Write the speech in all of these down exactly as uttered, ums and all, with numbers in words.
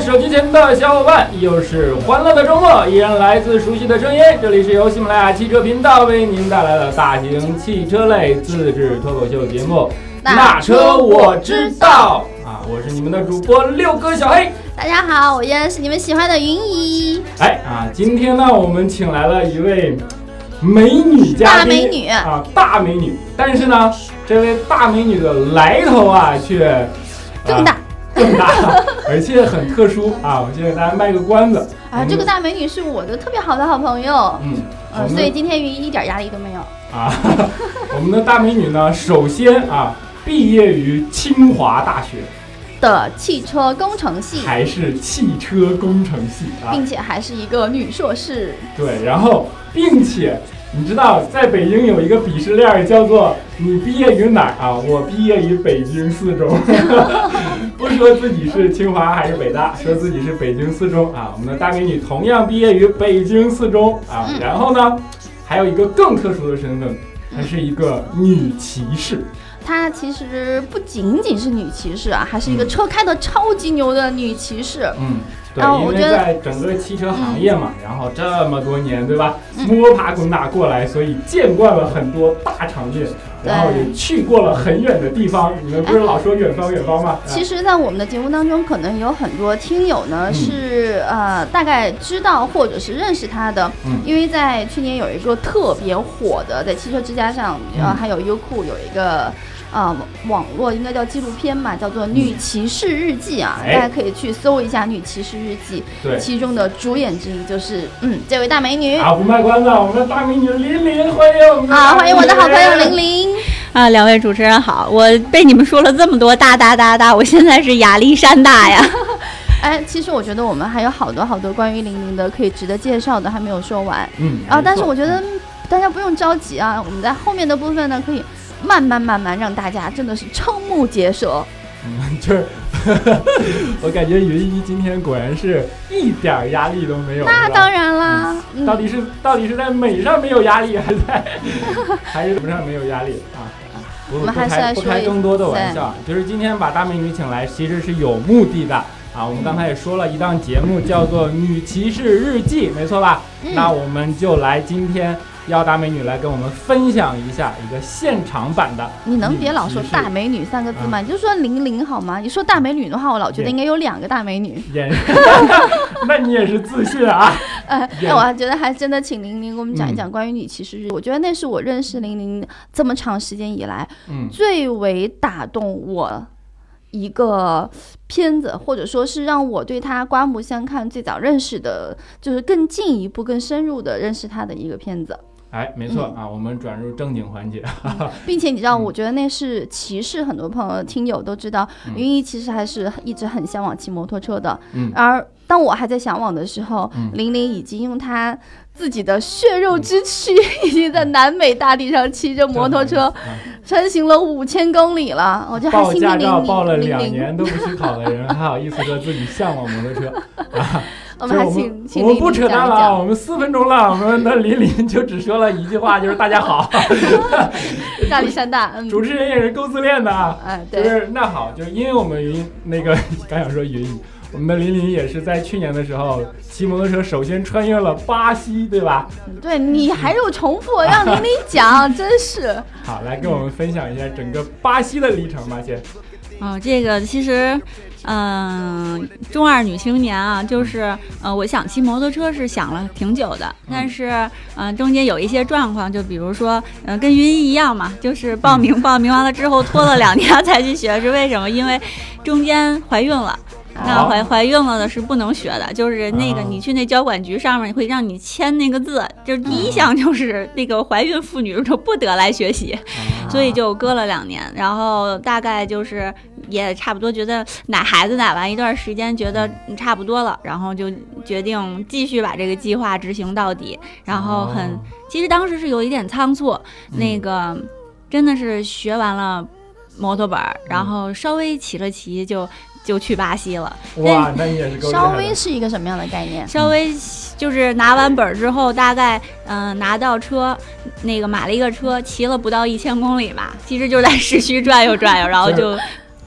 手机前的小伙伴，又是欢乐的周末，依然来自熟悉的声音。这里是由喜马拉雅汽车频道为您带来的大型汽车类自制脱口秀节目《那车我知道》啊，我是你们的主播六哥小黑。 大家好，我依然是你们喜欢的云姨。 哎啊，今天呢，我们请来了一位美女嘉宾， 大美女啊，大美女。但是呢，这位大美女的来头啊，却更大。啊更大，而且很特殊啊！我先给大家卖个关子啊，这个大美女是我的特别好的好朋友，嗯嗯，所以今天云一点压力都没有啊。我们的大美女呢，首先啊，毕业于清华大学的汽车工程系， 还是汽车工程系啊， 并且还是一个女硕士。 对，然后并且。你知道在北京有一个鄙视链叫做你毕业于哪儿啊？我毕业于北京四中，不说自己是清华还是北大，说自己是北京四中啊。我们的大美女同样毕业于北京四中啊。 嗯、 然后呢，还有一个更特殊的身份，她是一个女骑士。 她其实不仅仅是女骑士啊，还是一个车开的超级牛的女骑士。 嗯。对，因为在整个汽车行业嘛，嗯、然后这么多年，对吧？摸爬滚打过来，所以见惯了很多大场面，然后也去过了很远的地方。你们不是老说远方远方吗？ 其实，在我们的节目当中，可能有很多听友呢、嗯、是呃大概知道或者是认识他的，嗯、因为在去年有一个特别火的，在汽车之家上，呃、嗯、还有优酷有一个。啊、呃，网络应该叫纪录片嘛，叫做《女骑士日记》啊，嗯、大家可以去搜一下《女骑士日记》。 对， 其中的主演之一就是嗯这位大美女。 啊，不卖关子，我们的大美女琳琳，欢迎我们的啊，欢迎我的好朋友琳琳。 啊，两位主持人好，我被你们说了这么多大大大大，我现在是压力山大呀。 哎，其实我觉得我们还有好多好多关于琳琳的可以值得介绍的，还没有说完。 嗯， 啊，但是我觉得大家不用着急啊，我们在后面的部分呢可以。慢慢慢慢让大家真的是瞠目结舌。 嗯，就是我感觉云一今天果然是一点压力都没有。 那当然啦、 嗯，到底是到底是在美上没有压力，还是在还是什么上没有压力啊？不我们还是来不开更多的玩笑，就是今天把大美女请来，其实是有目的的啊。我们刚才也说了一档节目叫做《女骑士日记》，没错吧？嗯、那我们就来今天。邀大美女来跟我们分享一下一个现场版的。 你能别老说大美女三个字吗？嗯、你就说琳琳好吗？你说大美女的话，我老觉得应该有两个大美女。 那你也是自信啊。 呃，那我还觉得还真的请琳琳给我们讲一讲关于女骑士日记。嗯、我觉得那是我认识琳琳这么长时间以来，嗯、最为打动我一个片子，或者说是让我对他刮目相看，最早认识的，就是更进一步、更深入的认识他的一个片子。 哎，没错、嗯、啊，我们转入正经环节， 嗯、并且你知道，我觉得那是骑士，很多朋友听友都知道，嗯、云姨其实还是一直很向往骑摩托车的。嗯，而当我还在向往的时候，嗯、琳琳已经用她自己的血肉之躯，嗯、已经在南美大地上骑着摩托车，嗯、穿行了五千公里了。我就还心报驾照报了两年都不去考的人，还好意思说自己向往摩托车啊？ 我们还请我们不扯淡了，我们四分钟了，我们的琳琳就只说了一句话，就是大家好。 压力山大， 嗯、主持人也是够自恋的啊。 哎，对， 就是那好，就是因为我们云那个刚想说云，我们的琳琳也是在去年的时候骑摩托车，首先穿越了巴西，对吧？ 对，你还有重复，让琳琳讲，真是。 好，来跟我们分享一下整个巴西的历程吧，先。 哦，这个其实。嗯、呃，中二女青年啊，就是呃，我想骑摩托车是想了挺久的，但是嗯、呃，中间有一些状况，就比如说，呃，跟云一一样嘛，就是报名报名完了之后拖了两年才去学，是为什么？因为中间怀孕了。那怀怀孕了的是不能学的，就是那个你去那交管局上面会让你签那个字，就是第一项就是那个怀孕妇女就不得来学习，所以就搁了两年，然后大概就是也差不多觉得奶孩子奶完一段时间觉得差不多了，然后就决定继续把这个计划执行到底，然后很其实当时是有一点仓促，那个真的是学完了摩托本，然后稍微骑了骑就就去巴西了。 哇，那你也是够厉害的。 稍微是一个什么样的概念？ 稍微就是拿完本之后，大概嗯、呃、拿到车，那个买了一个车，骑了不到一千公里吧，其实就在市区转悠转悠，然后就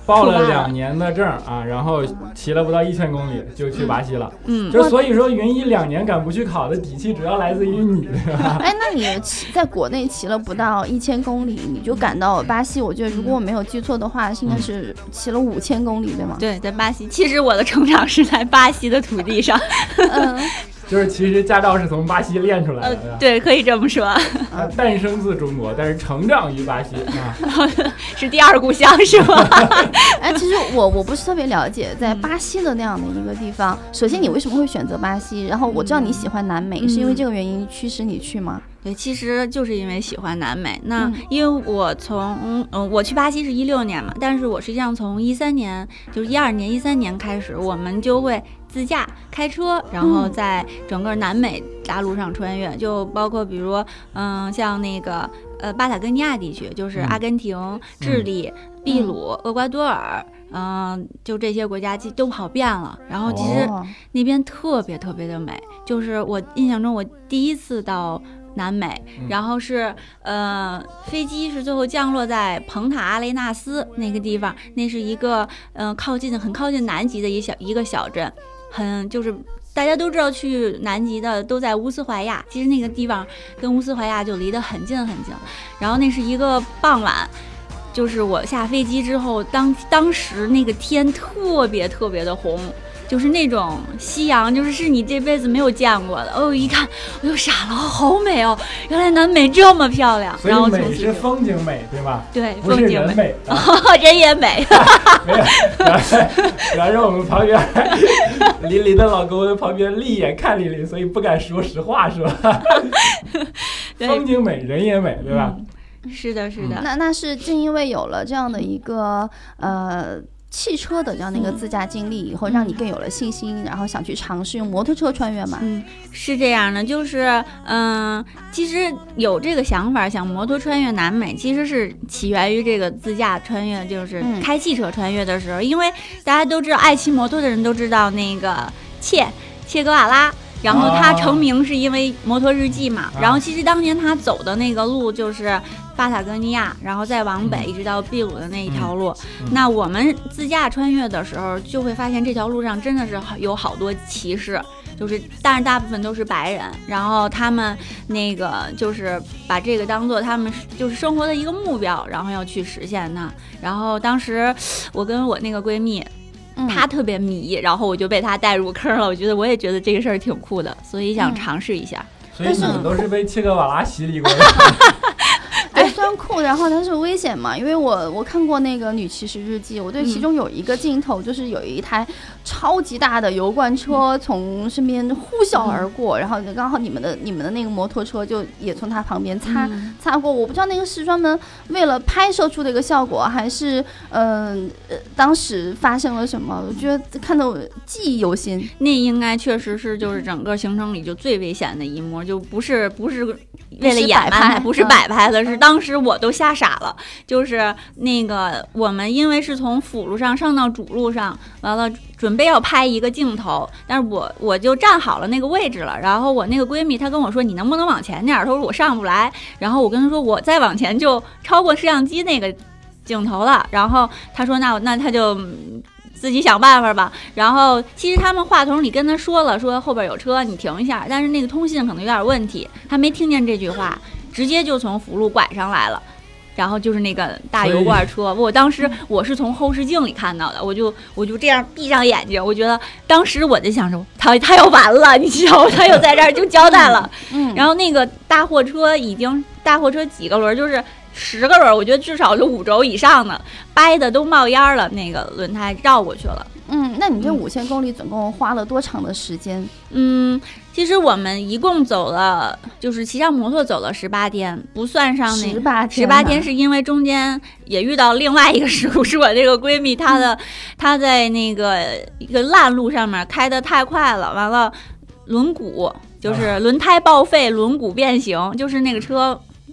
报了两年的证啊，然后骑了不到一千公里就去巴西了。 嗯， 就所以说云一两年赶不去考的底气主要来自于你，对吧？ 哎，那你骑在国内骑了不到一千公里，你就赶到巴西？我觉得如果我没有记错的话，应该是骑了五千公里，对吗？ 对，在巴西。其实我的成长是在巴西的土地上。 嗯。 就是其实驾照是从巴西练出来的， 呃、对，可以这么说。 啊，诞生自中国，但是成长于巴西啊， 是第二故乡是吗？ 哎，其实我我不是特别了解，在巴西的那样的一个地方，首先你为什么会选择巴西？然后我知道你喜欢南美，嗯、是因为这个原因驱使你去吗？ 对，其实就是因为喜欢南美。那因为我从嗯、呃，我去巴西是一六年嘛，但是我实际上从一三年，就是一二年、一三年开始，我们就会自驾开车，然后在整个南美大陆上穿越，嗯、就包括比如嗯、呃，像那个呃巴塔哥尼亚地区，就是阿根廷、嗯、智利、秘鲁、嗯、厄瓜多尔。嗯、呃，就这些国家都跑遍了，然后其实那边特别特别的美，就是我印象中我第一次到南美，然后是呃飞机是最后降落在蓬塔阿雷纳斯那个地方，那是一个呃靠近很靠近南极的一小一个小镇，很就是大家都知道去南极的都在乌斯怀亚，其实那个地方跟乌斯怀亚就离得很近很近，然后那是一个傍晚。就是我下飞机之后，当当时那个天特别特别的红，就是那种夕阳，就是是你这辈子没有见过的。哦，一看我就傻了，好美哦！原来南美这么漂亮。 所以美是风景美，对吧？ 对， 不是人美， 啊、人也美。 没有，主要是我们旁边琳琳的老公在旁边立眼看琳琳，所以不敢说实话，是吧？风景美，人也美，对吧？ 嗯，是的，是的。 那那是正因为有了这样的一个呃汽车的这样的一个自驾经历以后，让你更有了信心，然后想去尝试用摩托车穿越嘛？ 嗯，是这样的，就是嗯、呃，其实有这个想法，想摩托穿越南美，其实是起源于这个自驾穿越，就是开汽车穿越的时候，嗯、因为大家都知道，爱骑摩托的人都知道那个切切格瓦拉。然后他成名是因为摩托日记嘛，啊、然后其实当年他走的那个路就是巴塔哥尼亚，然后再往北一直到秘鲁的那一条路。嗯、那我们自驾穿越的时候，就会发现这条路上真的是有好多骑士，就是但是大部分都是白人，然后他们那个就是把这个当做他们就是生活的一个目标，然后要去实现它。然后当时我跟我那个闺蜜。他特别迷，然后我就被他带入坑了。我觉得我也觉得这个事儿挺酷的，所以想尝试一下。 嗯、所以你们都是被切格瓦拉洗礼过的。 哎，虽然酷，然后它是危险嘛，因为我我看过那个女骑士日记，我对其中有一个镜头，就是有一台超级大的油罐车从身边呼啸而过，嗯、然后刚好你们的你们的那个摩托车就也从它旁边擦、嗯、擦过。我不知道那个是专门为了拍摄出的一个效果，还是嗯呃当时发生了什么？我觉得看得我记忆犹新。 那应该确实是就是整个行程里就最危险的一幕，就不是不是为了掩埋，不是摆拍的，是当时我都吓傻了。就是那个我们因为是从辅路上上到主路上，完了准备要拍一个镜头，但是我我就站好了那个位置了，然后我那个闺蜜她跟我说你能不能往前点，她说我上不来，然后我跟她说我再往前就超过摄像机那个镜头了，然后她说那那她就自己想办法吧。然后其实他们话筒里跟他说了，说后边有车你停一下，但是那个通信可能有点问题，他没听见这句话，直接就从辅路拐上来了。然后就是那个大油罐车，我当时我是从后视镜里看到的，我就我就这样闭上眼睛，我觉得当时我就想着他他要完了，你知道他又在这儿就交代了。嗯，然后那个大货车已经大货车几个轮就是十个轮，我觉得至少是五轴以上的，掰的都冒烟了，那个轮胎绕过去了。 嗯，那你这五千公里总共花了多长的时间？ 嗯，其实我们一共走了，就是骑上摩托走了十八天，不算上那十八天。 十八天是因为中间也遇到另外一个事故，是我这个闺蜜她的、嗯、她在那个一个烂路上面开得太快了，完了轮毂就是轮胎报废，轮毂变形，就是那个车。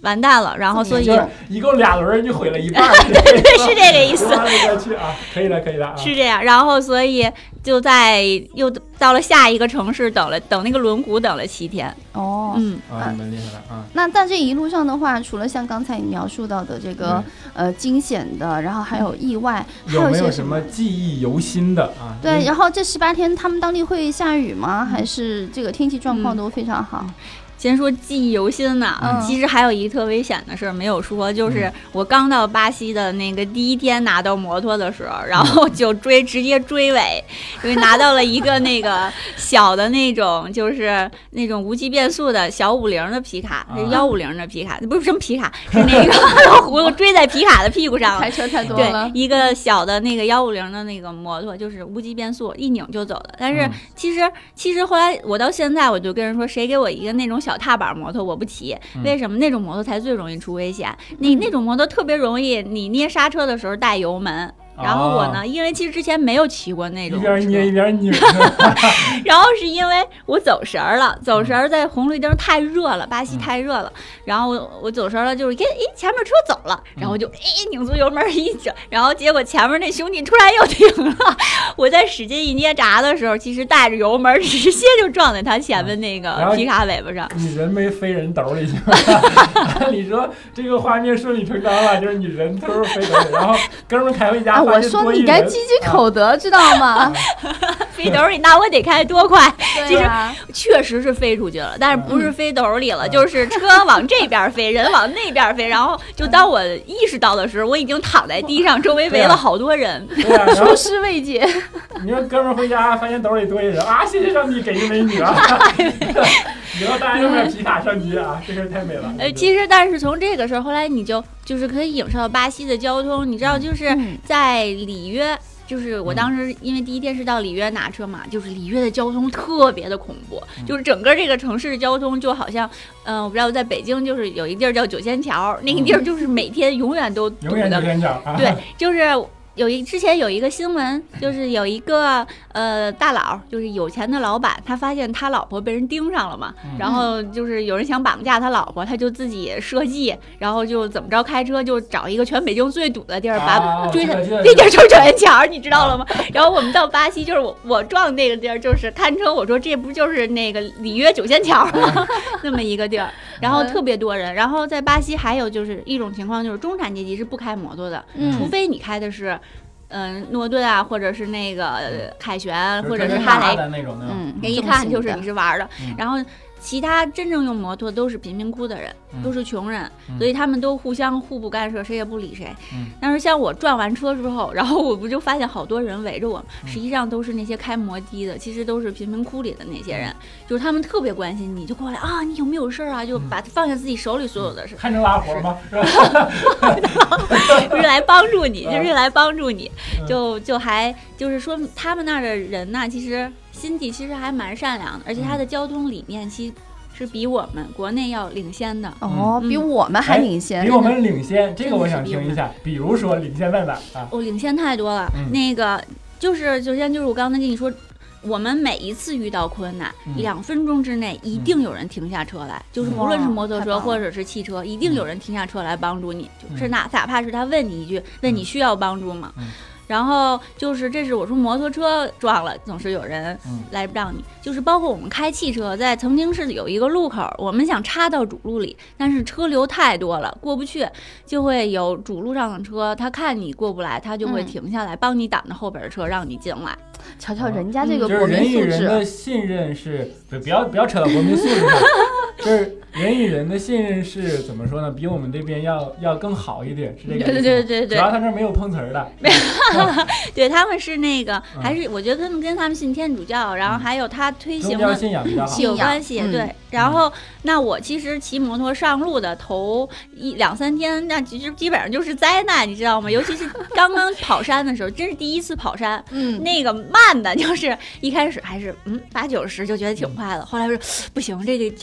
完蛋了。然后所以一共俩轮你毁了一半。 对对对，是这个意思。 去啊，可以了可以了、啊。 是这样，然后所以就在又到了下一个城市，等了等那个轮毂等了七天。 哦， 嗯啊，蛮厉害的啊。 那在这一路上的话，除了像刚才你描述到的这个、嗯、呃惊险的，然后还有意外， 有还有一些什么记忆犹新的啊？ 对，然后这十八天他们当地会下雨吗？还是这个天气状况都非常好？ 嗯先说记忆犹新呢、 嗯， 其实还有一特危险的事儿没有说，就是我刚到巴西的那个第一天拿到摩托的时候，然后就追直接追尾，因为拿到了一个那个小的那种，就是那种无级变速的小五零的皮卡，是幺五零的皮卡，不是什么皮卡，是那个老葫芦追在皮卡的屁股上了， 开车太多了。 对，一个小的那个幺五零的那个摩托，就是无级变速，一拧就走的。但是其实、嗯、其实后来我到现在我就跟人说，谁给我一个那种小踏板摩托我不骑，为什么？那种摩托才最容易出危险。你那种摩托特别容易，你捏刹车的时候带油门。然后我呢，因为其实之前没有骑过那种， 一边捏一边拧。 然后是因为我走神儿了，走神儿在红绿灯太热了，巴西太热了。然后我我走神儿了，就是哎哎前面车走了，然后就哎拧足油门一整，然后结果前面那兄弟突然又停了。我在使劲一捏闸的时候，其实带着油门直接就撞在他前面那个皮卡尾巴上。 你人没飞人兜里去。你说这个画面顺理成章了，就是你人都是飞兜里，然后哥们开回家。 我说你该积积口德、啊、知道吗？ 飞兜里那我得开多快、 啊、 其实确实是飞出去了，但是不是飞兜里了、嗯、就是车往这边飞人往那边飞，然后就当我意识到的时候我已经躺在地上，周围围了好多人， 出师未捷。 你说哥们回家发现兜里多一人啊，谢谢上帝给个美女啊。以后大家就买皮卡上街啊，这事太美了。 呃，其实但是从这个时候后来你就就是可以影射到巴西的交通，你知道就是在里约，就是我当时因为第一天是到里约拿车嘛，就是里约的交通特别的恐怖，就是整个这个城市的交通就好像，嗯、呃，我不知道在北京就是有一地儿叫九仙桥，那个地儿就是每天永远都堵的， 永远九仙桥，啊、 对，就是。有一之前有一个新闻，就是有一个呃大佬，就是有钱的老板，他发现他老婆被人盯上了嘛，嗯、然后就是有人想绑架他老婆，他就自己设计，然后就怎么着开车就找一个全北京最堵的地儿，把追他，那地儿就是九仙桥，你知道了吗？然后我们到巴西，就是我我撞那个地儿，就是堪称我说这不就是那个里约九仙桥吗？那么一个地儿，然后特别多人，然后在巴西还有就是一种情况，就是中产阶级是不开摩托的，嗯、除非你开的是。嗯，诺顿啊，或者是那个、呃、凯旋，或者是哈雷，嗯，这一看就是你是玩的。 嗯、 然后其他真正用摩托都是贫民窟的人， 嗯、 都是穷人、嗯，所以他们都互相互不干涉，谁也不理谁。 嗯、 但是像我撞完车之后，然后我不就发现好多人围着我， 嗯、 实际上都是那些开摩的的，其实都是贫民窟里的那些人，嗯、就是他们特别关心你，就过来啊，你有没有事啊？就把放下自己手里所有的事。 看成拉活吗？是吧？ 不是来帮助你，就是来帮助你，就就还就是说他们那儿的人呢，其实心地其实还蛮善良的，而且他的交通理念其实是比我们国内要领先的。 哦，嗯、比我们还领先、 哎，比我们领先，这个我想听一下。比如说领先在哪啊？ 哦，领先太多了。嗯、那个就是首先就是我刚才跟你说。我们每一次遇到困难，嗯、两分钟之内一定有人停下车来，嗯、就是无论是摩托车或者是汽车，一定有人停下车来帮助你。嗯、就是哪哪怕是他问你一句，问、嗯、你需要帮助吗？ 嗯、 然后就是这是我说摩托车撞了，总是有人来让你。嗯、就是包括我们开汽车，在曾经是有一个路口，我们想插到主路里，但是车流太多了，过不去，就会有主路上的车，他看你过不来，他就会停下来，嗯、帮你挡着后边的车，让你进来。 瞧瞧人家这个国民素质， 就是人与人的信任是，不要不要扯到国民素质，就是人与人的信任是怎么说呢？比我们这边要要更好一点，是这个意思。 对对对对， 主要他这没有碰瓷儿的， 对，他们是那个，还是我觉得他们跟他们信天主教，然后还有他推行的信仰比较好， 有关系。 嗯、 对，然后那我其实骑摩托上路的头一两三天，那其实基本上就是灾难，你知道吗？尤其是刚刚跑山的时候，真是第一次跑山， 嗯， 那个慢的，就是一开始还是嗯八九十就觉得挺快的，后来说不行，这个这个有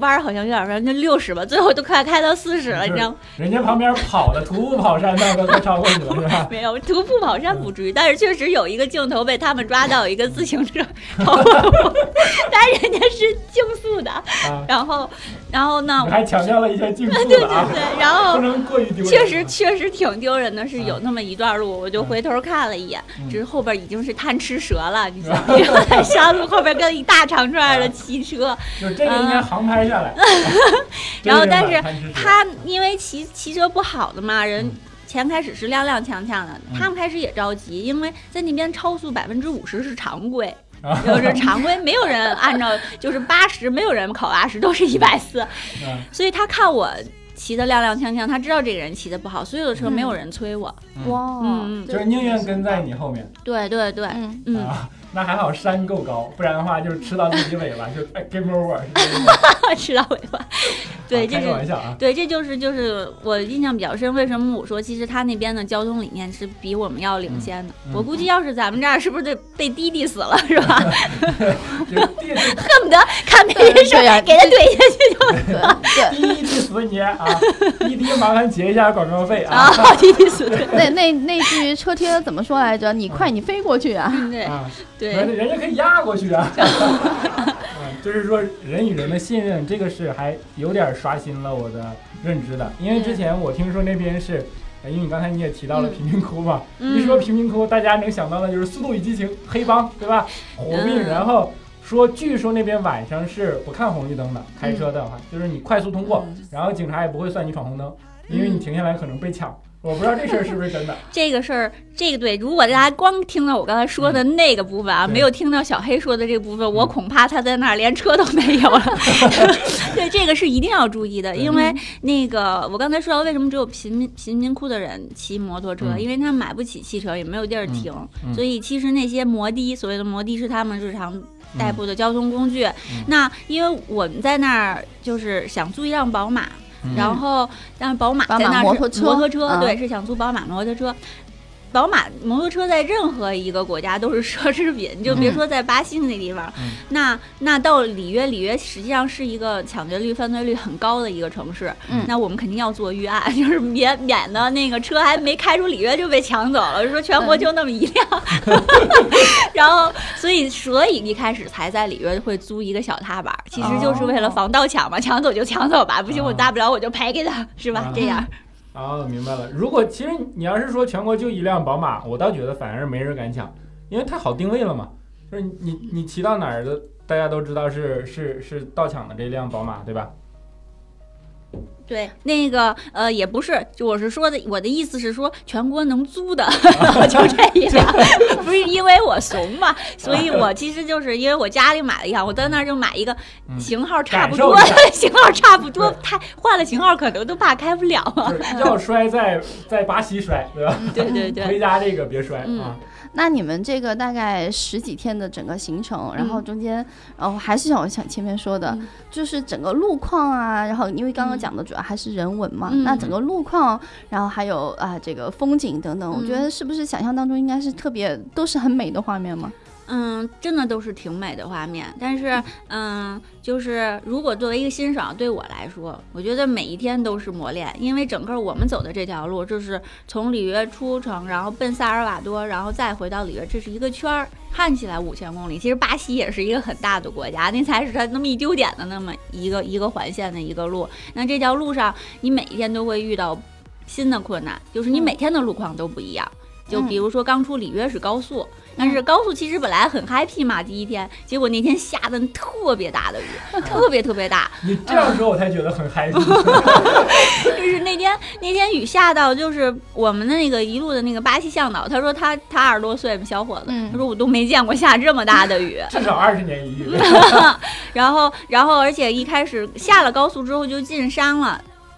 弯好像有点儿，那六十吧，最后都快开到四十了，你知道吗？ 人家旁边跑的徒步跑山道都快超过你了，是吧？ 没有，徒步跑山不至于，但是确实有一个镜头被他们抓到，有一个自行车超过我，但是人家是竞速的，啊、然后，然后呢？ 你还强调了一下竞速的啊， 对对对，然后不能过于丢人。 确实确实挺丢人的，是有那么一段路，我就回头看了一眼， 嗯、 只是后边已经是贪吃蛇了，你想，因为在山路后边跟一大长串的汽车， 就这个应该航拍下来。 然后，但是他因为骑骑车不好的嘛，人。前开始是踉踉跄跄的，他们开始也着急，因为在那边超速百分之五十是常规，就是常规，没有人按照就是八十，没有人考八十，都是一百四，所以他看我骑的踉踉跄跄，他知道这个人骑的不好，所有的车没有人催我， 嗯、哇， 嗯， 就是宁愿跟在你后面。 对对对，嗯嗯。 啊那还好山够高，不然的话就是吃到自己尾巴就哎 game over， 吃到尾巴。对，这是开个玩笑啊。 对，这就是就是我印象比较深。为什么我说其实他那边的交通理念是比我们要领先的？嗯、我估计要是咱们这儿，是不是得被滴滴死了，是吧？恨不得看别人说给他怼下去就了。 滴滴死你啊！滴滴麻烦结一下广告费啊！ 啊，滴滴死。 那那那句车贴怎么说来着？你快，你飞过去啊！ 对。 啊对， 人家可以压过去啊。嗯，就是说人与人的信任，这个是还有点刷新了我的认知的。因为之前我听说那边是，因为你刚才你也提到了贫民窟嘛， 嗯、 一说贫民窟，大家能想到的就是《速度与激情》黑帮，对吧？火并，嗯、然后说据说那边晚上是不看红绿灯的，开车的话，嗯、就是你快速通过，嗯、然后警察也不会算你闯红灯，因为你停下来可能被抢。我不知道这事儿是不是真的。这个事儿，这个对，如果大家光听到我刚才说的那个部分啊，嗯、没有听到小黑说的这个部分，我恐怕他在那儿连车都没有了。对，这个是一定要注意的，因为那个我刚才说到为什么只有贫民贫民窟的人骑摩托车，嗯、因为他买不起汽车，也没有地儿停，嗯嗯、所以其实那些摩的，所谓的摩的是他们日常代步的交通工具。嗯、那因为我们在那儿就是想租一辆宝马。然后，让宝马在那摩托车， 摩托车、嗯、对，是想租宝马摩托车。宝马摩托车在任何一个国家都是奢侈品，你就别说在巴西那地方，嗯、那那到里约，里约实际上是一个抢劫率、犯罪率很高的一个城市。嗯，那我们肯定要做预案，就是免免的那个车还没开出里约就被抢走了，说全国就那么一辆。嗯、然后，所以所以一开始才在里约会租一个小踏板，其实就是为了防盗抢嘛，抢走就抢走吧，不行我大不了我就赔给他，是吧？这样。 哦，明白了。如果其实你要是说全国就一辆宝马，我倒觉得反而没人敢抢，因为它好定位了嘛。就是你你骑到哪儿的，大家都知道是是是盗抢的这辆宝马，对吧？ 对，那个呃也不是，就我是说的，我的意思是说全国能租的就这一辆，不是因为我怂嘛，所以我其实就是因为我家里买了一辆，我在那儿就买一个型号差不多，嗯、型号差不多，太换了型号可能都怕开不了啊。 要摔在在巴西摔，对吧？ 对对对， 回家这个别摔、嗯、啊。 那你们这个大概十几天的整个行程，然后中间，然后、嗯哦、还是像我想前面说的，嗯、就是整个路况啊，然后因为刚刚讲的主要还是人文嘛，嗯、那整个路况，然后还有啊这个风景等等，嗯、我觉得是不是想象当中应该是特别都是很美的画面吗？ 嗯，真的都是挺美的画面，但是嗯，就是如果作为一个欣赏，对我来说，我觉得每一天都是磨练，因为整个我们走的这条路，就是从里约出城，然后奔萨尔瓦多，然后再回到里约，这是一个圈儿，看起来五千公里，其实巴西也是一个很大的国家，那才是它那么一丢点的那么一个一个环线的一个路。那这条路上，你每一天都会遇到新的困难，就是你每天的路况都不一样。就比如说刚出里约是高速。但是高速其实本来很 happy 嘛，第一天，结果那天下的特别大的雨，特别特别大。 你这样说我才觉得很 happy。 就是那天那天雨下到，就是我们的那个一路的那个巴西向导，他说他他二十多岁小伙子，嗯、他说我都没见过下这么大的雨， 至少二十年一遇。 然后然后而且一开始下了高速之后就进山了。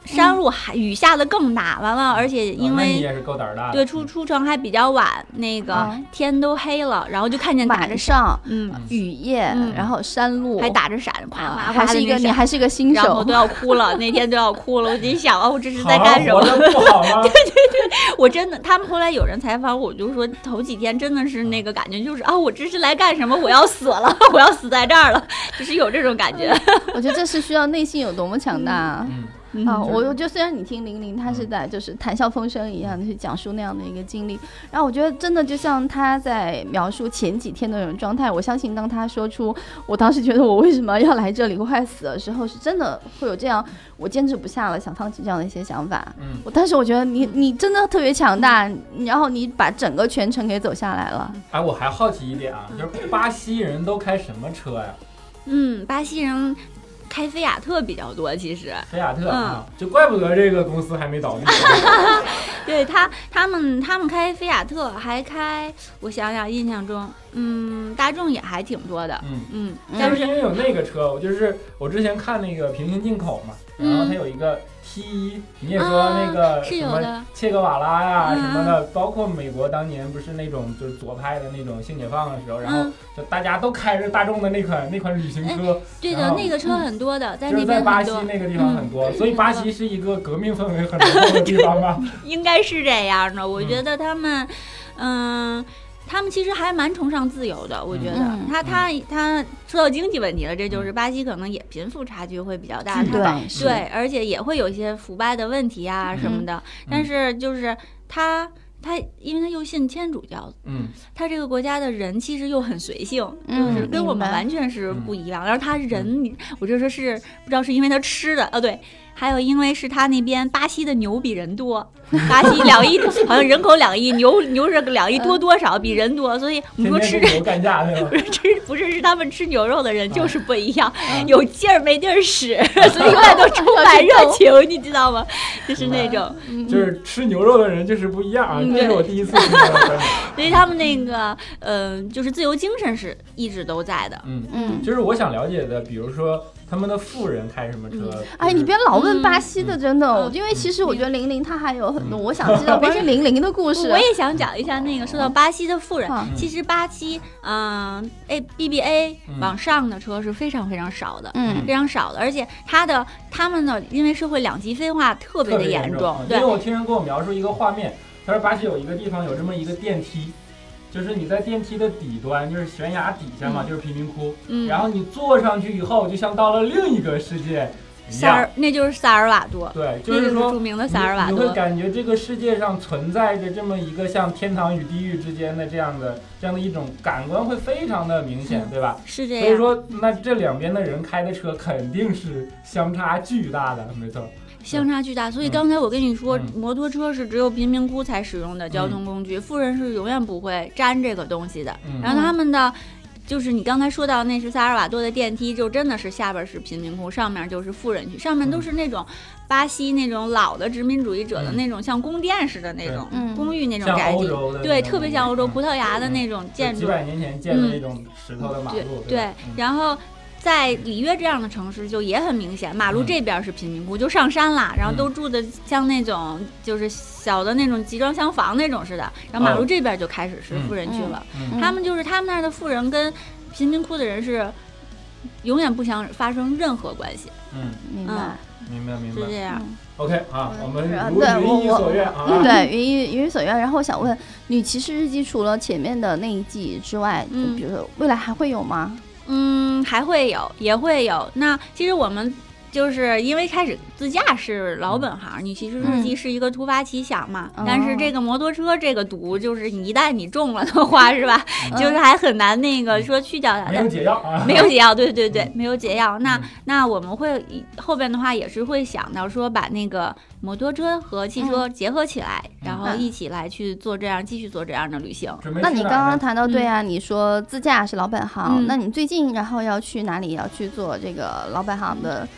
山路还雨下的更大，完了，而且因为、 哦、你也是够胆大的， 对出出城还比较晚，那个、嗯、天都黑了，然后就看见打着上， 嗯， 雨夜， 嗯、 然后山路还打着闪，夸夸夸，还是一个你还是一个新手， 然后都要哭了，那天都要哭了。我就想，哦，这是在干什么？ 好不好吗？ 对对对，我真的，他们后来有人采访我，就说头几天真的是那个感觉，就是啊，我这是来干什么？我要死了，我要死在这儿了，就是有这种感觉。 我觉得这是需要内心有多么强大啊！ 嗯嗯啊，我我觉得虽然你听玲玲，她是在就是谈笑风生一样的去讲述那样的一个经历，然后我觉得真的就像她在描述前几天的那种状态，我相信当她说出我当时觉得我为什么要来这里，我快死的时候，是真的会有这样我坚持不下了，想放弃这样的一些想法。 嗯， 我但是我觉得你你真的特别强大，然后你把整个全程给走下来了。 哎，我还好奇一点啊，就是巴西人都开什么车呀？ 嗯，巴西人开菲亚特比较多，其实菲亚特、 嗯、 啊，就怪不得这个公司还没倒闭。 对他，他们他们开菲亚特，还开，我想想，印象中，嗯，大众也还挺多的， 嗯嗯， 但是因为有那个车，我就是我之前看那个平行进口嘛，然后它有一个 T 一、嗯，你也说那个什么切格瓦拉呀、什么的、嗯，包括美国当年不是那种就是左派的那种性解放的时候，然后就大家都开着大众的那款那款旅行车， 对的，那个车很多的，在那边就是在巴西那个地方很多，嗯、所以巴西是一个革命氛围很浓厚的地方吧？ 应该是这样的，我觉得他们，嗯。他们其实还蛮崇尚自由的，我觉得、嗯、他他他说到经济问题了，这就是巴西可能也贫富差距会比较大， 对对，而且也会有一些腐败的问题啊什么的，嗯、但是就是他。他因为他又信天主教， 嗯， 他这个国家的人其实又很随性， 嗯、 就是跟我们完全是不一样。然后他人，嗯、我就说是不知道是因为他吃的，哦对，还有因为是他那边巴西的牛比人多，巴西两亿好像人口两亿，牛牛是两亿多多少比人多，所以我们说吃牛干架对吧？ 不是吃不是是他们吃牛肉的人就是不一样，啊、有劲儿没地儿使，所以永远都充满热情，你知道吗？就是那种， 就是吃牛肉的人就是不一样啊。嗯这是我第一次听到的， 所以他们那个，呃，就是自由精神是一直都在的。 嗯嗯，就是我想了解的，比如说他们的富人开什么车？嗯、 哎，你别老问巴西的，真的，嗯、因为其实我觉得玲玲她还有很多，嗯、我想知道关于玲玲的故事。 我也想讲一下那个，说到巴西的富人，嗯、其实巴西，嗯，哎 ，B B A 往上的车是非常非常少的， 嗯， 非常少的，而且他的他们的因为社会两极分化特别的严重， 重对， 因为我听人跟我描述一个画面。他说巴西有一个地方有这么一个电梯，就是你在电梯的底端，就是悬崖底下嘛，嗯、就是贫民窟， 嗯， 然后你坐上去以后，就像到了另一个世界一样。 萨尔，那就是萨尔瓦多， 对，就是说就是著名的萨尔瓦多。 你会感觉这个世界上存在着这么一个像天堂与地狱之间的这样的这样的一种感官，会非常的明显，嗯、对吧？ 是这样。 所以说，那这两边的人开的车肯定是相差巨大的，没错。 相差巨大，所以刚才我跟你说，嗯、摩托车是只有贫民窟才使用的交通工具，嗯、富人是永远不会沾这个东西的。 嗯、 然后他们的，就是你刚才说到那是萨尔瓦多的电梯，就真的是下边是贫民窟，上面就是富人区，上面都是那种巴西那种老的殖民主义者的那种像宫殿似的那种、嗯、公寓那种宅基，对，特别像欧洲葡萄牙的那种建筑， 几百年前建的那种石头的马路， 嗯、对，对嗯、然后。在里约这样的城市就也很明显，马路这边是贫民窟，就上山啦，然后都住的像那种就是小的那种集装箱房那种似的，然后马路这边就开始是富人区了。他们就是他们那儿的富人跟贫民窟的人是永远不想发生任何关系。 嗯， 明白， 明白，明白， 是这样。 OK 啊，我们如云所愿啊。 对，云云云所愿。然后我想问，女骑士日记除了前面的那一季之外，就比如说未来还会有吗？ 嗯，还会有，也会有。那其实我们就是因为开始自驾是老本行，你其实日记是一个突发奇想嘛。嗯、但是这个摩托车这个毒，就是你一旦你中了的话，是吧？嗯、就是还很难那个说去掉它的。 没有解药啊。 没有解药，对对对，没有解药。那、嗯、那我们会后边的话也是会想到说把那个摩托车和汽车结合起来，嗯、然后一起来去做这样，继续做这样的旅行。 那你刚刚谈到，对啊，嗯、你说自驾是老本行，嗯、那你最近然后要去哪里？要去做这个老本行的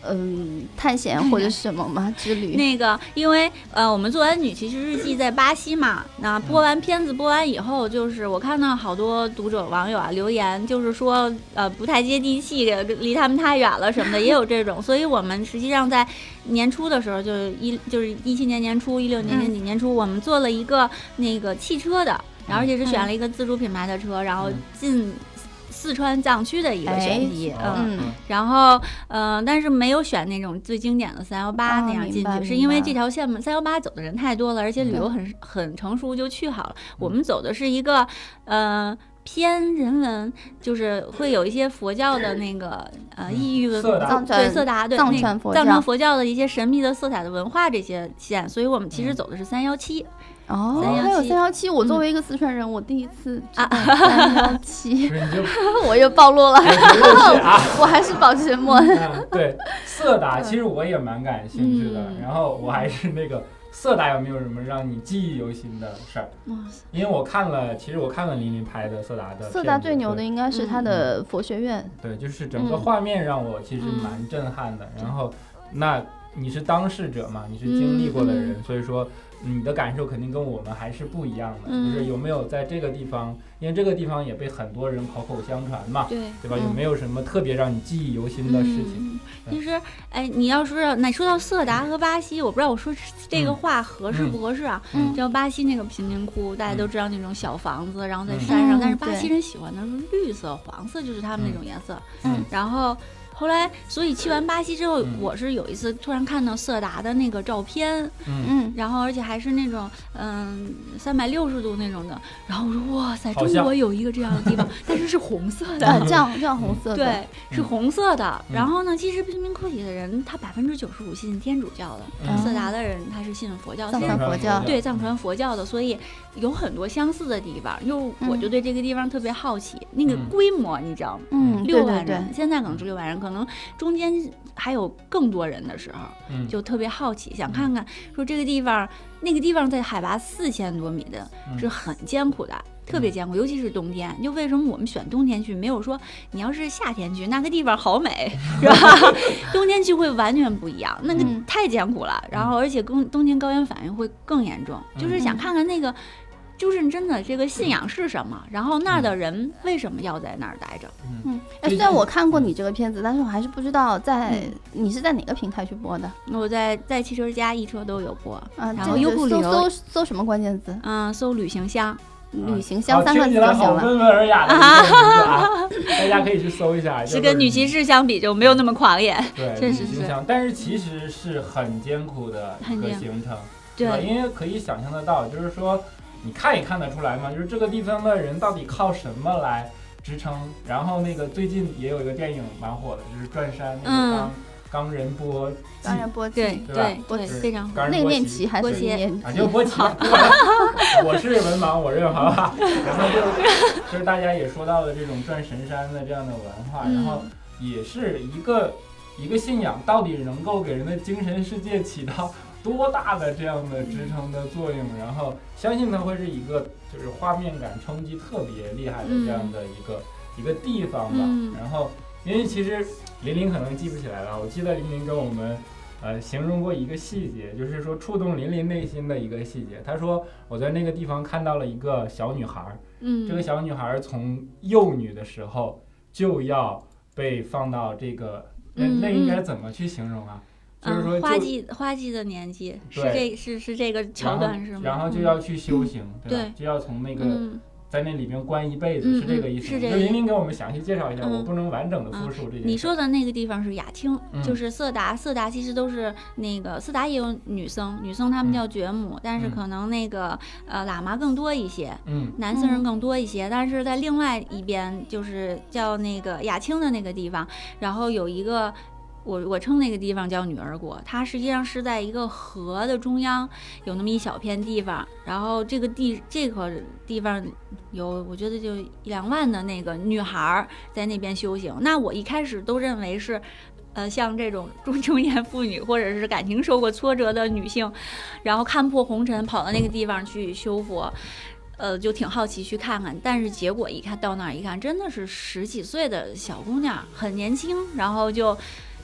嗯探险或者什么吗？之旅？ 那个，因为呃，我们做完《女骑士日记》在巴西嘛，那播完片子播完以后，就是我看到好多读者网友啊留言，就是说呃不太接地气，离他们太远了什么的，也有这种。所以我们实际上在年初的时候，就一就是一七年年初，一六年年底年初，我们做了一个那个汽车的，然后而且是选了一个自主品牌的车，然后进四川藏区的一个选题，嗯，然后呃，但是没有选那种最经典的三幺八那样进去，是因为这条线三幺八走的人太多了，而且旅游很很成熟就去好了。我们走的是一个呃。偏人文，就是会有一些佛教的那个呃异域文藏对色达对藏传佛藏传佛教的一些神秘的色彩的文化这些线，所以我们其实走的是三幺七。 哦，还有三幺七，我作为一个四川人，我第一次啊三幺七，我又暴露了，我还是保持沉默。 对，色达其实我也蛮感兴趣的，然后我还是那个。色达有没有什么让你记忆犹新的事儿？因为我看了，其实我看了林林拍的色达的。 色达最牛的应该是他的佛学院。 对，就是整个画面让我其实蛮震撼的。然后，那你是当事者嘛？你是经历过的人，所以说你的感受肯定跟我们还是不一样的。就是有没有在这个地方，因为这个地方也被很多人口口相传嘛， 对对吧？有没有什么特别让你记忆犹新的事情？ 其实，哎，你要说那说到色达和巴西，我不知道我说这个话合适不合适啊？嗯，叫巴西那个贫民窟，大家都知道那种小房子，然后在山上，但是巴西人喜欢的是绿色、黄色，就是他们那种颜色。嗯，然后。后来，所以去完巴西之后，嗯、我是有一次突然看到色达的那个照片，嗯，然后而且还是那种嗯三百六十度那种的，然后我说哇塞，中国有一个这样的地方，但是是红色的， 啊、这样这样红色的， 对，是红色的。嗯、然后呢，其实贫民窟里的人，他百分之九十五信天主教的，嗯、色达的人他是信佛教， 藏传佛教， 对，藏传佛教的，所以有很多相似的地方。又我就对这个地方特别好奇，嗯、那个规模你知道吗？ 嗯， 六万人， 对对对， 现在可能是六万人。可能中间还有更多人的时候，嗯、就特别好奇，想看看说这个地方，那个地方在海拔四千多米的，嗯、是很艰苦的，特别艰苦，尤其是冬天。就为什么我们选冬天去，没有说你要是夏天去，那个地方好美，是吧？冬天去会完全不一样，那个太艰苦了。然后而且冬冬天高原反应会更严重，就是想看看那个。就是真的这个信仰是什么，然后那儿的人为什么要在那儿待着？ 嗯，哎，虽然我看过你这个片子，但是我还是不知道在、嗯、你是在哪个平台去播的？ 我在在汽车之家、易车都有播， 啊， 然后优酷旅游搜搜搜什么关键字？ 嗯，搜旅行箱， 旅行箱三个字就行了。 好温文尔雅的一个名字啊，大家可以去搜一下。 是跟女骑士相比就没有那么狂野， 对， 确实是。 但是其实是很艰苦的一个行程， 对吧？ 因为可以想象得到，就是说。你看也看得出来嘛，就是这个地方的人到底靠什么来支撑？然后那个最近也有一个电影蛮火的，就是转山那个钢钢人波记， 钢人波记， 对对对，非常好。 那个念齐还是念啊，就波奇。我是文盲，我认好吧。然后就就是大家也说到了这种转神山的这样的文化，然后也是一个一个信仰，到底能够给人的精神世界起到多大的这样的支撑的作用，然后相信它会是一个就是画面感冲击特别厉害的这样的一个、嗯、一个地方吧、嗯、然后因为其实林林可能记不起来了，我记得林林跟我们呃形容过一个细节，就是说触动林林内心的一个细节。他说我在那个地方看到了一个小女孩，嗯，这个小女孩从幼女的时候就要被放到这个那、嗯、那应该怎么去形容啊？就是说就、 嗯、花季花季的年纪是这是是这个桥段是吗？ 然后就要去修行， 嗯、 对吧？ 对， 就要从那个、嗯、在那里边关一辈子， 嗯、 是这个意思。 是这个。 就林林给我们详细介绍一下， 嗯、 我不能完整的复述这件事、 嗯。你说的那个地方是雅汀， 嗯、 就是色达，色达其实都是那个色达也有女僧，女僧他们叫觉母，嗯、但是可能那个呃喇嘛更多一些，嗯，男僧人更多一些，但是在另外一边就是叫那个雅汀的那个地方，然后有一个。我我称那个地方叫女儿国，它实际上是在一个河的中央，有那么一小片地方，然后这个地这个地方有我觉得就一两万的那个女孩在那边修行。那我一开始都认为是，呃，像这种中中年妇女或者是感情受过挫折的女性，然后看破红尘跑到那个地方去修佛。呃，就挺好奇去看看，但是结果一看到那儿一看，真的是十几岁的小姑娘，很年轻，然后就。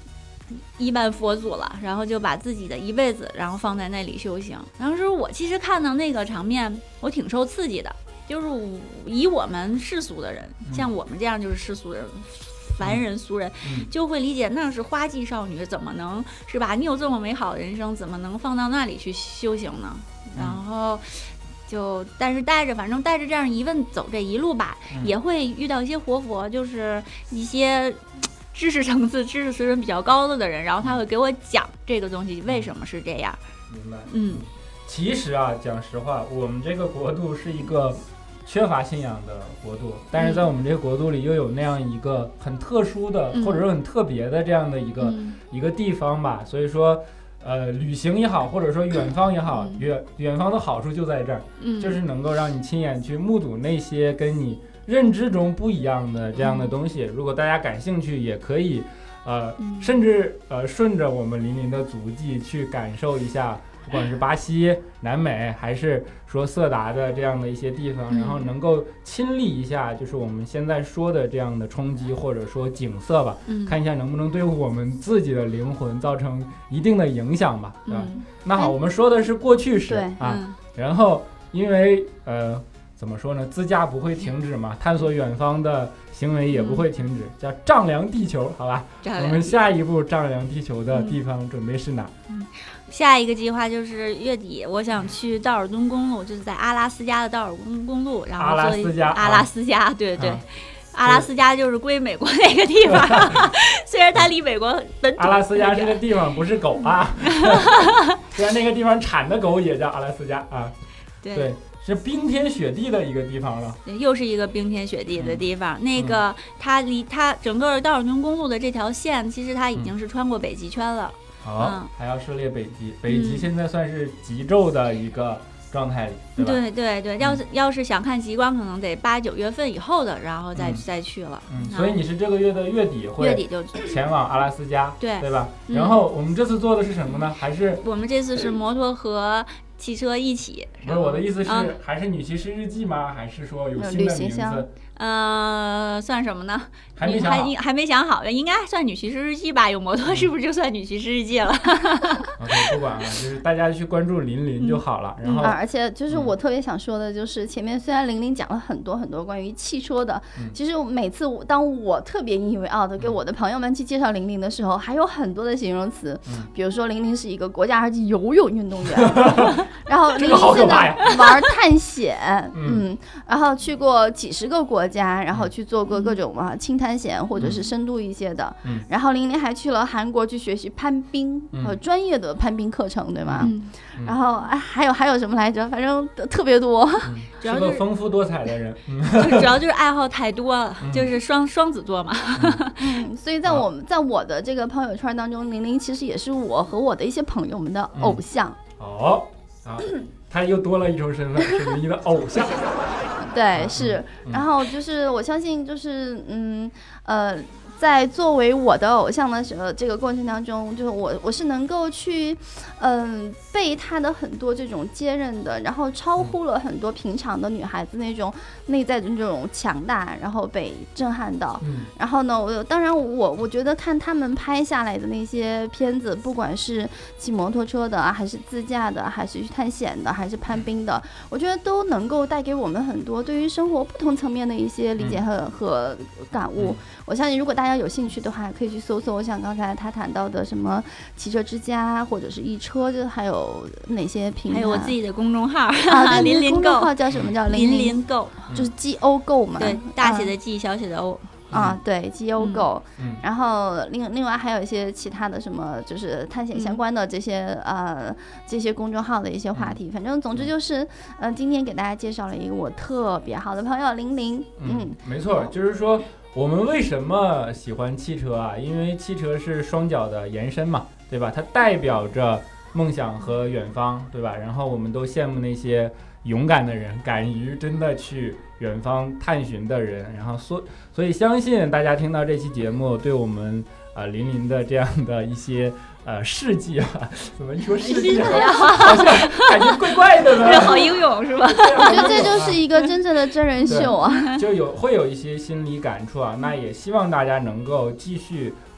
一半佛祖了，然后就把自己的一辈子然后放在那里修行。当时我其实看到那个场面我挺受刺激的，就是以我们世俗的人、嗯、像我们这样就是世俗人凡人俗人、嗯、就会理解那是花季少女，怎么能是吧？你有这么美好的人生，怎么能放到那里去修行呢？然后就但是带着反正带着这样疑问走这一路吧、嗯、也会遇到一些活佛，就是一些知识层次知识水准比较高的的人，然后他会给我讲这个东西为什么是这样。 明白。 嗯， 其实啊讲实话，我们这个国度是一个缺乏信仰的国度，但是在我们这个国度里又有那样一个很特殊的、嗯、或者说很特别的这样的一个、嗯、一个地方吧，所以说呃，旅行也好，或者说远方也好，远、嗯、远方的好处就在这儿、嗯，就是能够让你亲眼去目睹那些跟你认知中不一样的这样的东西。嗯、如果大家感兴趣，也可以，呃，嗯、甚至呃顺着我们林林的足迹去感受一下，不管是巴西、南美，还是说色达的这样的一些地方，然后能够亲历一下，就是我们现在说的这样的冲击或者说景色吧，嗯、看一下能不能对我们自己的灵魂造成一定的影响吧，对吧？嗯、那好，我们说的是过去式啊、嗯，然后因为呃怎么说呢，自驾不会停止嘛，探索远方的行为也不会停止，叫丈量地球，好吧？我们下一步丈量地球的地方准备是哪？ 嗯，下一个计划就是月底，我想去道尔顿公路，就是在阿拉斯加的道尔顿公路，然后做一阿拉斯加， 阿拉斯加，啊、对对。啊阿拉斯加就是归美国那个地方，虽然它离美国本土。 阿拉斯加这个地方不是狗啊，虽然那个地方产的狗也叫阿拉斯加啊， 对。 对，是冰天雪地的一个地方了， 对，又是一个冰天雪地的地方。嗯、那个它离它整个道尔顿公路的这条线，其实它已经是穿过北极圈了。 好、嗯，还要涉猎北极，北极现在算是极昼的一个状态里，对吧？ 对对对，要是、嗯、要是想看极光，可能得八九月份以后的，然后再、嗯、再去了。 嗯，所以你是这个月的月底会月底就前往阿拉斯加， 对对吧？然后我们这次做的是什么呢？还是我们这次是摩托和汽车一起。 不是，我的意思是、嗯、还是女骑士日记吗？还是说有新的名字？ 呃，算什么呢？ 还没想好， 还还没想好，应该算女骑士日记吧？有摩托是不是就算女骑士日记了 ？OK， 不管了，就是大家去关注林林就好了。嗯、然后、 啊，而且就是我特别想说的，就是前面虽然林林讲了很多很多关于汽车的，嗯、其实每次当我特别引以为傲的给我的朋友们去介绍林林的时候，还有很多的形容词，嗯、比如说林林是一个国家二级游泳运动员，然后林林现在玩探险，嗯，嗯，然后去过几十个国家，然后去做过各种啊轻探险或者是深度一些的，嗯，然后林林还去了韩国去学习攀冰，嗯、和专业的攀冰课程，对吗？嗯，然后哎还有还有什么来着？反正特别多， 嗯、主要就是丰富多彩的人， 嗯、就主要就是爱好太多了，嗯、就是双双子座嘛。 嗯，所以在我们在我的这个朋友圈当中，林林其实也是我和我的一些朋友们的偶像。 嗯、哦，啊，他又多了一重身份，是你的偶像。 对，是，然后就是我相信，就是嗯呃，在作为我的偶像的时候，这个过程当中，就是我我是能够去，嗯、呃，被他的很多这种坚韧的，然后超乎了很多平常的女孩子那种内在的这种强大，然后被震撼到。嗯、然后呢，我当然我我觉得看他们拍下来的那些片子，不管是骑摩托车的，还是自驾的，还是去探险的，还是攀冰的，我觉得都能够带给我们很多对于生活不同层面的一些理解和、嗯、和感悟。我相信如果大家有兴趣的话，可以去搜搜像刚才他谈到的什么汽车之家或者是一车，就还有哪些平台， 还有我自己的公众号啊， 林林公众号叫什么？叫林林购， 就是 G O Go 嘛， 对，大写的 G、嗯、小写的 O。 啊，对 ，G O Go，、嗯、然后另另外还有一些其他的什么，就是探险相关的这些、嗯、呃这些公众号的一些话题。嗯、反正总之就是，呃，今天给大家介绍了一个我特别好的朋友林林。嗯， 嗯没错，就是说我们为什么喜欢汽车啊？因为汽车是双脚的延伸嘛，对吧？它代表着梦想和远方，对吧？然后我们都羡慕那些勇敢的人，敢于真的去远方探寻的人，然后所所以相信大家听到这期节目，对我们呃林林的这样的一些呃事迹啊，怎么你说事迹啊，好像感觉怪怪的呢？ 好英勇是吧？ 我觉得这就是一个真正的真人秀啊， 就有会有一些心理感触啊。那也希望大家能够继续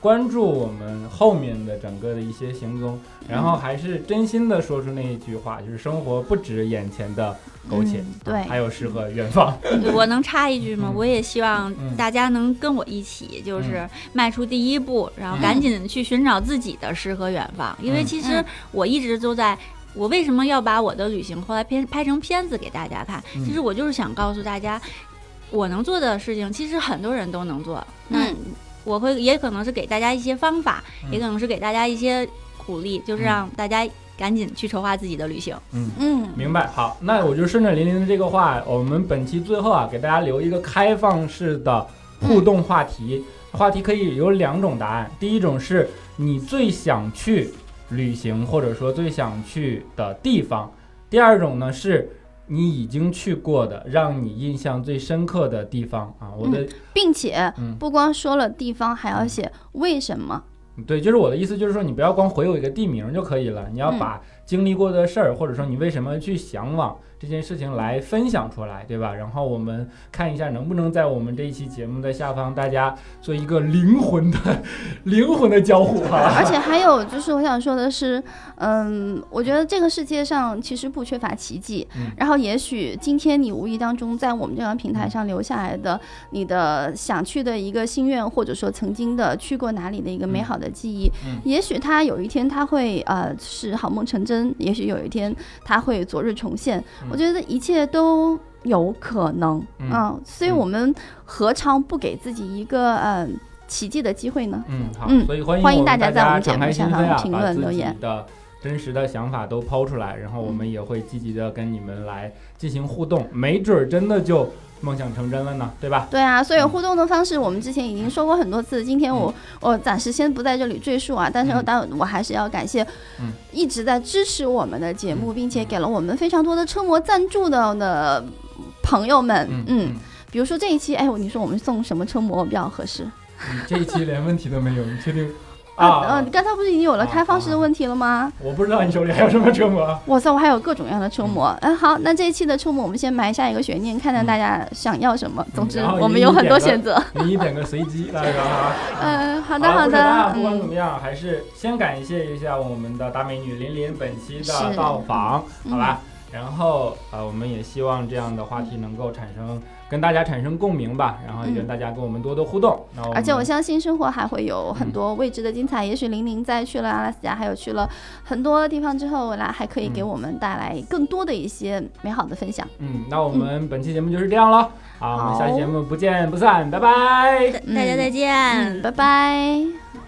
关注我们后面的整个的一些行踪，然后还是真心的说出那一句话，就是生活不止眼前的苟且、 嗯、对、 啊，还有诗和远方。 我能插一句吗？ 嗯、 我也希望大家能跟我一起，就是迈出第一步，然后赶紧去寻找自己的诗和远方，嗯、因为其实我一直都在。我为什么要把我的旅行后来拍拍成片子给大家看？ 嗯、 其实我就是想告诉大家，我能做的事情，其实很多人都能做。那我会也可能是给大家一些方法，嗯、也可能是给大家一些鼓励，就是让大家赶紧去筹划自己的旅行。 嗯嗯，明白。好，那我就顺着琳琳的这个话，我们本期最后啊，给大家留一个开放式的互动话题。嗯、话题可以有两种答案，第一种是你最想去旅行或者说最想去的地方，第二种呢是你已经去过的让你印象最深刻的地方啊。我的、 嗯、并且不光说了地方，还要写为什么。 对，就是我的意思，就是说你不要光回我一个地名就可以了，你要把经历过的事儿、嗯、或者说你为什么去向往这件事情来分享出来，对吧？然后我们看一下能不能在我们这一期节目的下方大家做一个灵魂的灵魂的交互哈。 而且还有就是我想说的是，嗯，我觉得这个世界上其实不缺乏奇迹、嗯、然后也许今天你无意当中在我们这个平台上留下来的你的想去的一个心愿，或者说曾经的去过哪里的一个美好的记忆、嗯嗯、也许它有一天它会呃是好梦成真，也许有一天它会昨日重现、嗯、我觉得一切都有可能、嗯啊、所以我们何尝不给自己一个呃奇迹的机会呢？ 嗯，好，嗯、所以欢迎欢迎大家在我们节目下方评论留言， 的真实的想法都抛出来，然后我们也会积极的跟你们来进行互动，嗯、没准真的就梦想成真了呢，对吧？ 对啊，所以互动的方式我们之前已经说过很多次，今天我、嗯、我暂时先不在这里赘述啊，但是我、嗯、我还是要感谢一直在支持我们的节目、嗯、并且给了我们非常多的车模赞助的的朋友们。 嗯, 嗯比如说这一期，哎，你说我们送什么车模比较合适？ 嗯、这一期连问题都没有，你确定？ 啊，呃，刚才不是已经有了开放式的问题了吗？啊啊、 我不知道你手里还有什么车模。 哇塞，我还有各种各样的车模。嗯、啊，好，那这一期的车模我们先埋下一个悬念，看看大家想要什么。嗯、总之，我们有很多选择。 你点个随机，那个哈。 嗯，好的好的。 好不管怎么样，还是先感谢一下我们的大美女琳琳本期的到访，好吧？嗯、然后呃，我们也希望这样的话题能够产生。跟大家产生共鸣吧，然后也跟大家跟我们多多互动。嗯、 而且我相信生活还会有很多未知的精彩。嗯、也许玲玲在去了阿拉斯加，还有去了很多地方之后，未来还可以给我们带来更多的一些美好的分享。 嗯，那我们本期节目就是这样了。好，我们下期节目不见不散，拜拜， 大家再见， 嗯、拜拜。